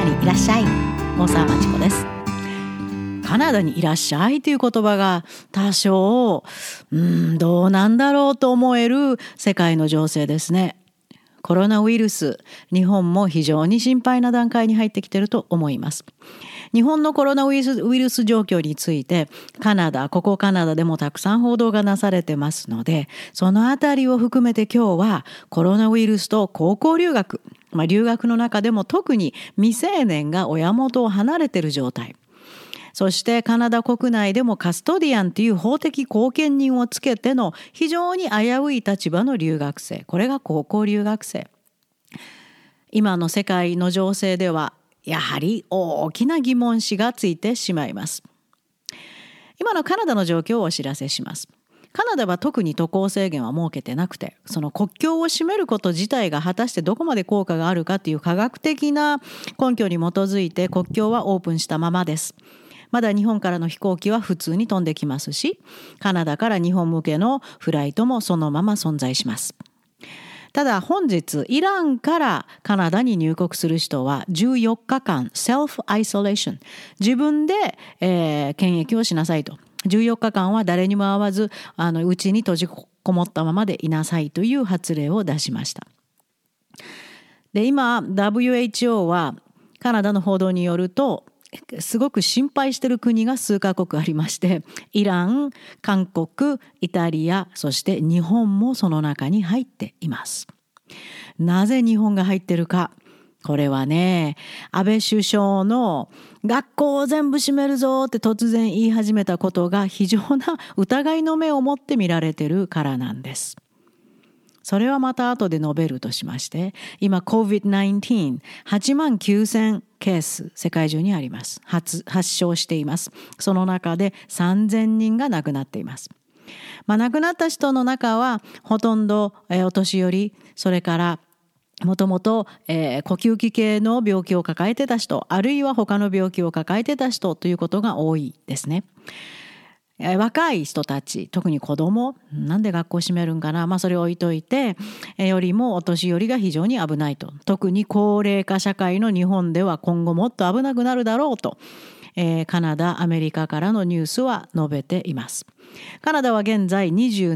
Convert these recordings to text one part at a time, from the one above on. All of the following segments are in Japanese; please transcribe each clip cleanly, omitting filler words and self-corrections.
にいらっしゃい。大沢まちこです。カナダにいらっしゃいという言葉が多少どうなんだろうと思える世界の情勢ですね。コロナウイルス、日本も非常に心配な段階に入ってきていると思います。日本のコロナウイルス状況についてここカナダでもたくさん報道がなされてますので、そのあたりを含めて今日はコロナウイルスと高校留学、留学の中でも特に未成年が親元を離れている状態、そしてカナダ国内でもカストディアンという法的後見人をつけての非常に危うい立場の留学生、これが高校留学生。今の世界の情勢ではやはり大きな疑問視がついてしまいます。今のカナダの状況をお知らせします。カナダは特に渡航制限は設けてなくて、その国境を閉めること自体が果たしてどこまで効果があるかという科学的な根拠に基づいて国境はオープンしたままです。まだ日本からの飛行機は普通に飛んできますし、カナダから日本向けのフライトもそのまま存在します。ただ本日イランからカナダに入国する人は14日間セルフアイソレーション、自分で、検疫をしなさいと。14日間は誰にも会わず家に閉じこもったままでいなさいという発令を出しました。で、今 WHO はカナダの報道によるとすごく心配している国が数カ国ありまして、イラン、韓国、イタリア、そして日本もその中に入っています。なぜ日本が入っているか。これはね、安倍首相の学校を全部閉めるぞって突然言い始めたことが非常な疑いの目を持って見られているからなんです。それはまた後で述べるとしまして、今 COVID-19 8万9,000ケース世界中にあります。発症しています。その中で3,000人が亡くなっています。亡くなった人の中はほとんどお年寄り、それからもともと呼吸器系の病気を抱えてた人、あるいは他の病気を抱えてた人ということが多いですね。若い人たち、特に子供、なんで学校閉めるんかな、それを置いといて、よりもお年寄りが非常に危ないと。特に高齢化社会の日本では今後もっと危なくなるだろうと、カナダ、アメリカからのニュースは述べています。カナダは現在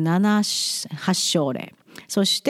27発症例。そして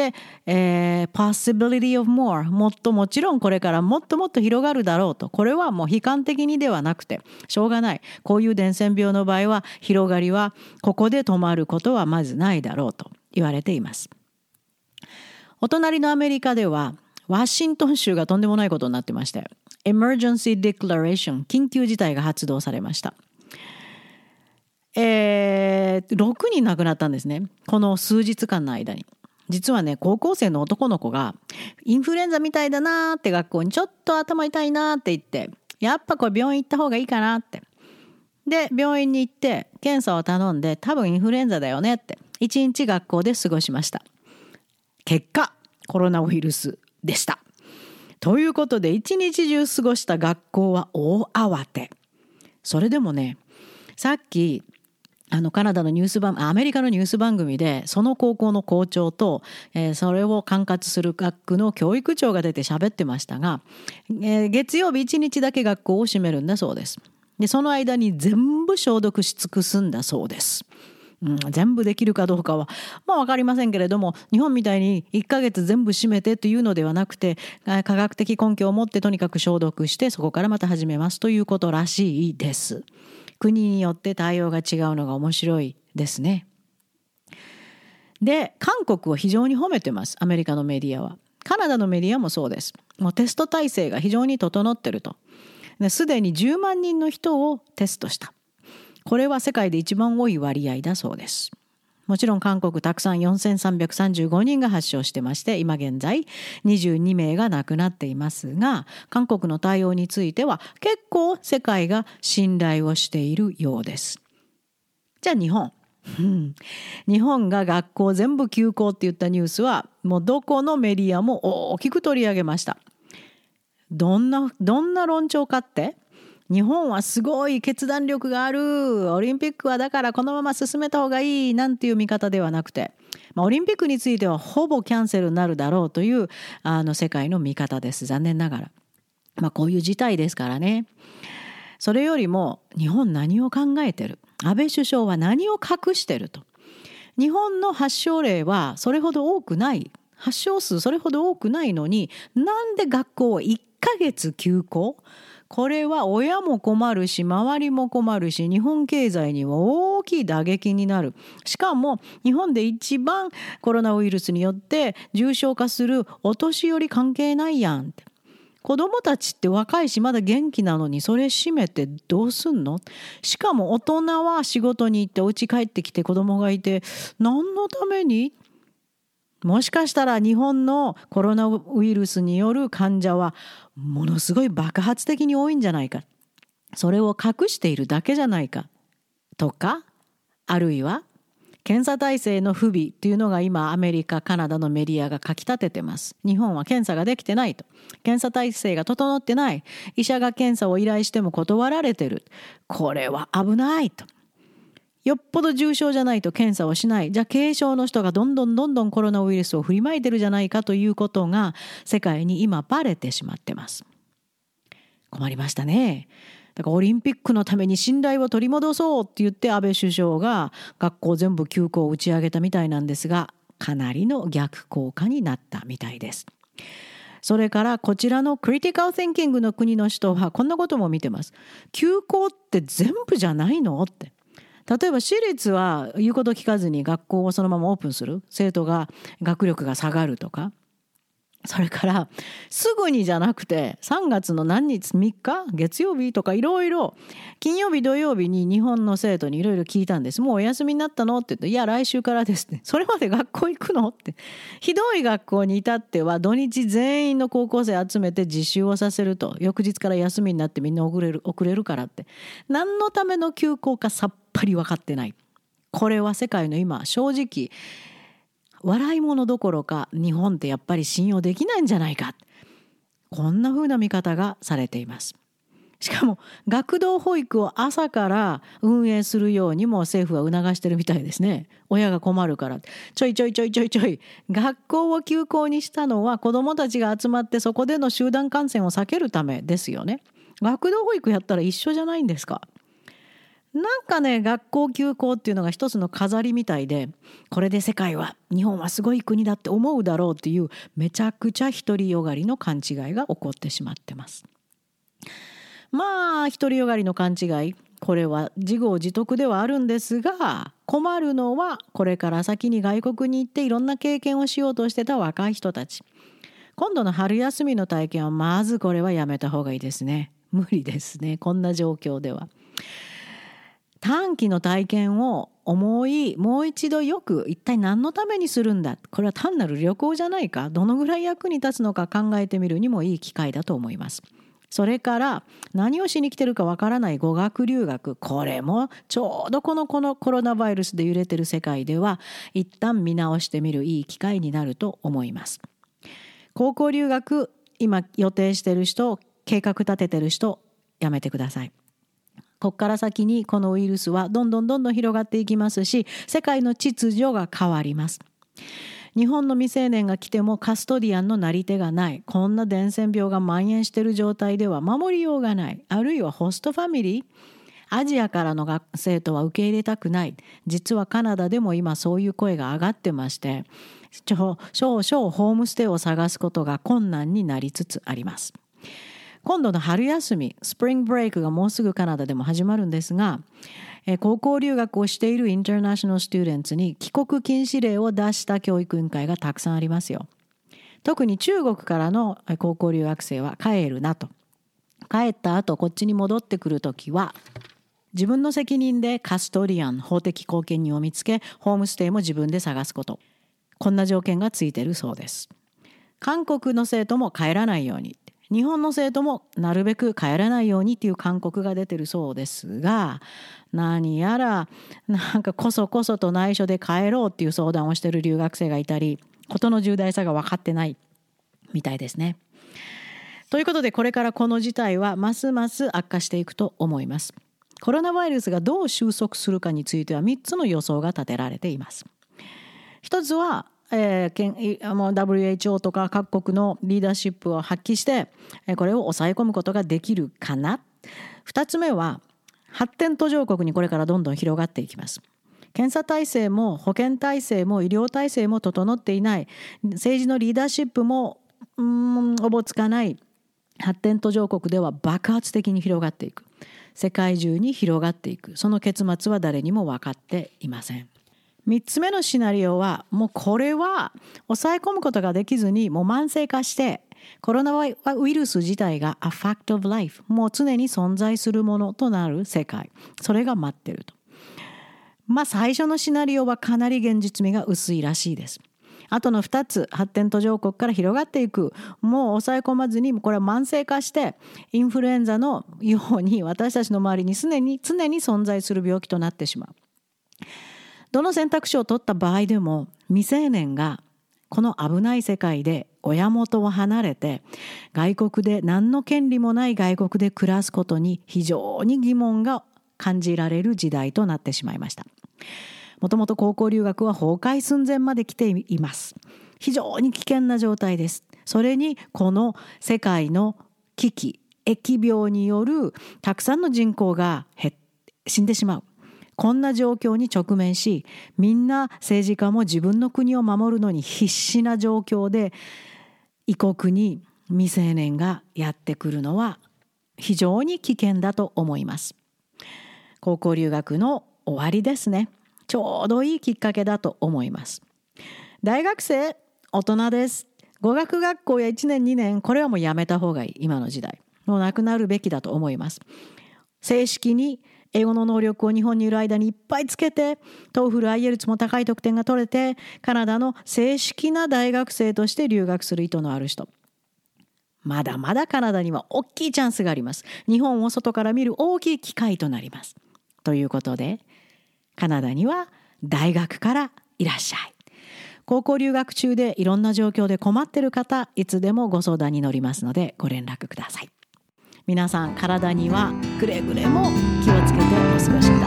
、possibility of more、もちろんこれからもっともっと広がるだろうと。これはもう悲観的にではなくてしょうがない。こういう伝染病の場合は広がりはここで止まることはまずないだろうと言われています。お隣のアメリカではワシントン州がとんでもないことになってまして、Emergency Declaration、緊急事態が発動されました。6人亡くなったんですね。この数日間の間に。実はね、高校生の男の子がインフルエンザみたいだなって学校にちょっと頭痛いなって言って、やっぱこれ病院行った方がいいかなって。で、病院に行って検査を頼んで、多分インフルエンザだよねって。1日学校で過ごしました。結果、コロナウイルスでした。ということで、一日中過ごした学校は大慌て。それでもね、さっきカナダのアメリカのニュース番組でその高校の校長と、それを管轄する学区の教育長が出て喋ってましたが、月曜日1日だけ学校を閉めるんだそうです。で、その間に全部消毒し尽くすんだそうです。全部できるかどうかは分かりませんけれども、日本みたいに1ヶ月全部閉めてというのではなくて、科学的根拠を持ってとにかく消毒してそこからまた始めますということらしいです。国によって対応が違うのが面白いですね。で、韓国を非常に褒めてます。アメリカのメディアは。カナダのメディアもそうです。もうテスト体制が非常に整ってると。すでに10万人の人をテストした。これは世界で一番多い割合だそうです。もちろん韓国たくさん4,335人が発症してまして、今現在22名が亡くなっていますが、韓国の対応については結構世界が信頼をしているようです。じゃあ日本。日本が学校全部休校って言ったニュースはもうどこのメディアも大きく取り上げました。どんな論調かって、日本はすごい決断力がある、オリンピックはだからこのまま進めた方がいいなんていう見方ではなくて、オリンピックについてはほぼキャンセルになるだろうという世界の見方です。残念ながら。 こういう事態ですからね。それよりも日本何を考えてる、安倍首相は何を隠してると。日本の発症例はそれほど多くない、発症数それほど多くないのに、なんで学校を1ヶ月休校。これは親も困るし周りも困るし、日本経済には大きい打撃になる。しかも日本で一番コロナウイルスによって重症化するお年寄り関係ないやんって。子供たちって若いしまだ元気なのにそれ閉めてどうすんの。しかも大人は仕事に行ってお家帰ってきて子供がいて、何のために。もしかしたら日本のコロナウイルスによる患者はものすごい爆発的に多いんじゃないか、それを隠しているだけじゃないかとか、あるいは検査体制の不備というのが今アメリカ、カナダのメディアが書き立ててます。日本は検査ができてないと。検査体制が整ってない。医者が検査を依頼しても断られてる。これは危ないと。よっぽど重症じゃないと検査をしない。じゃあ軽症の人がどんどんコロナウイルスを振りまいてるじゃないかということが世界に今バレてしまってます。困りましたね。だからオリンピックのために信頼を取り戻そうって言って安倍首相が学校全部休校を打ち上げたみたいなんですが、かなりの逆効果になったみたいです。それからこちらのクリティカル・シンキングの国の人はこんなことも見てます。休校って全部じゃないのって。例えば私立は言うこと聞かずに学校をそのままオープンする。生徒が学力が下がるとか。それからすぐにじゃなくて3月の何日3日月曜日とかいろいろ金曜日土曜日に日本の生徒にいろいろ聞いたんです。もうお休みになったのって言って、いや来週からですね。それまで学校行くのって。ひどい学校に至っては土日全員の高校生集めて実習をさせると、翌日から休みになってみんな遅れるからって、何のための休校かさっぱり分かってない。これは世界の今正直笑い物どころか日本ってやっぱり信用できないんじゃないか、こんな風な見方がされています。しかも学童保育を朝から運営するようにも政府は促してるみたいですね。親が困るからちょい学校を休校にしたのは子どもたちが集まってそこでの集団感染を避けるためですよね。学童保育やったら一緒じゃないんですか。なんかね、学校休校っていうのが一つの飾りみたいで、これで世界は日本はすごい国だって思うだろうっていうめちゃくちゃ独りよがりの勘違いが起こってしまってます。独りよがりの勘違い、これは自業自得ではあるんですが、困るのはこれから先に外国に行っていろんな経験をしようとしてた若い人たち。今度の春休みの体験はまずこれはやめた方がいいですね。無理ですね、こんな状況では。短期の体験をもう一度よく一体何のためにするんだ、これは単なる旅行じゃないか、どのぐらい役に立つのか考えてみるにもいい機会だと思います。それから何をしに来てるかわからない語学留学、これもちょうどこのコロナウイルスで揺れてる世界では一旦見直してみるいい機会になると思います。高校留学今予定してる人、計画立ててる人、やめてください。ここから先にこのウイルスはどんどん広がっていきますし、世界の秩序が変わります。日本の未成年が来てもカストディアンのなり手がない。こんな伝染病が蔓延している状態では守りようがない。あるいはホストファミリー、アジアからの生徒は受け入れたくない。実はカナダでも今そういう声が上がってまして、少々ホームステイを探すことが困難になりつつあります。今度の春休み、スプリングブレイクがもうすぐカナダでも始まるんですが、高校留学をしているインターナショナルスチューデンツに帰国禁止令を出した教育委員会がたくさんありますよ。特に中国からの高校留学生は帰るなと。帰った後こっちに戻ってくるときは自分の責任でカストリアン、法的後見人を見つけ、ホームステイも自分で探すこと。こんな条件がついているそうです。韓国の生徒も帰らないように、日本の生徒もなるべく帰らないようにっていう勧告が出てるそうですが、何やらなんかこそと内緒で帰ろうっていう相談をしている留学生がいたり、事の重大さが分かってないみたいですね。ということでこれからこの事態はますます悪化していくと思います。コロナウイルスがどう収束するかについては3つの予想が立てられています。一つは WHO とか各国のリーダーシップを発揮してこれを抑え込むことができるかな。2つ目は発展途上国にこれからどんどん広がっていきます。検査体制も保健体制も医療体制も整っていない、政治のリーダーシップもおぼつかない発展途上国では爆発的に広がっていく。世界中に広がっていく。その結末は誰にも分かっていません。3つ目のシナリオはもうこれは抑え込むことができずにもう慢性化してコロナウイルス自体が a fact of life もう常に存在するものとなる世界、それが待っていると。最初のシナリオはかなり現実味が薄いらしいです。あとの2つ、発展途上国から広がっていく、もう抑え込まずにこれは慢性化してインフルエンザのように私たちの周りに常に存在する病気となってしまう。どの選択肢を取った場合でも未成年がこの危ない世界で親元を離れて外国で何の権利もない外国で暮らすことに非常に疑問が感じられる時代となってしまいました。もともと高校留学は崩壊寸前まで来ています。非常に危険な状態です。それにこの世界の危機、疫病によるたくさんの人口が死んでしまう。こんな状況に直面し、みんな政治家も自分の国を守るのに必死な状況で異国に未成年がやってくるのは非常に危険だと思います。高校留学の終わりですね。ちょうどいいきっかけだと思います。大学生、大人です。語学学校や1年2年、これはもうやめた方がいい。今の時代もうなくなるべきだと思います。正式に英語の能力を日本にいる間にいっぱいつけて、TOEFL、IELTS も高い得点が取れて、カナダの正式な大学生として留学する意図のある人。まだまだカナダには大きいチャンスがあります。日本を外から見る大きい機会となります。ということで、カナダには大学からいらっしゃい。高校留学中でいろんな状況で困っている方、いつでもご相談に乗りますのでご連絡ください。皆さん、体にはくれぐれも気をつけてお過ごしください。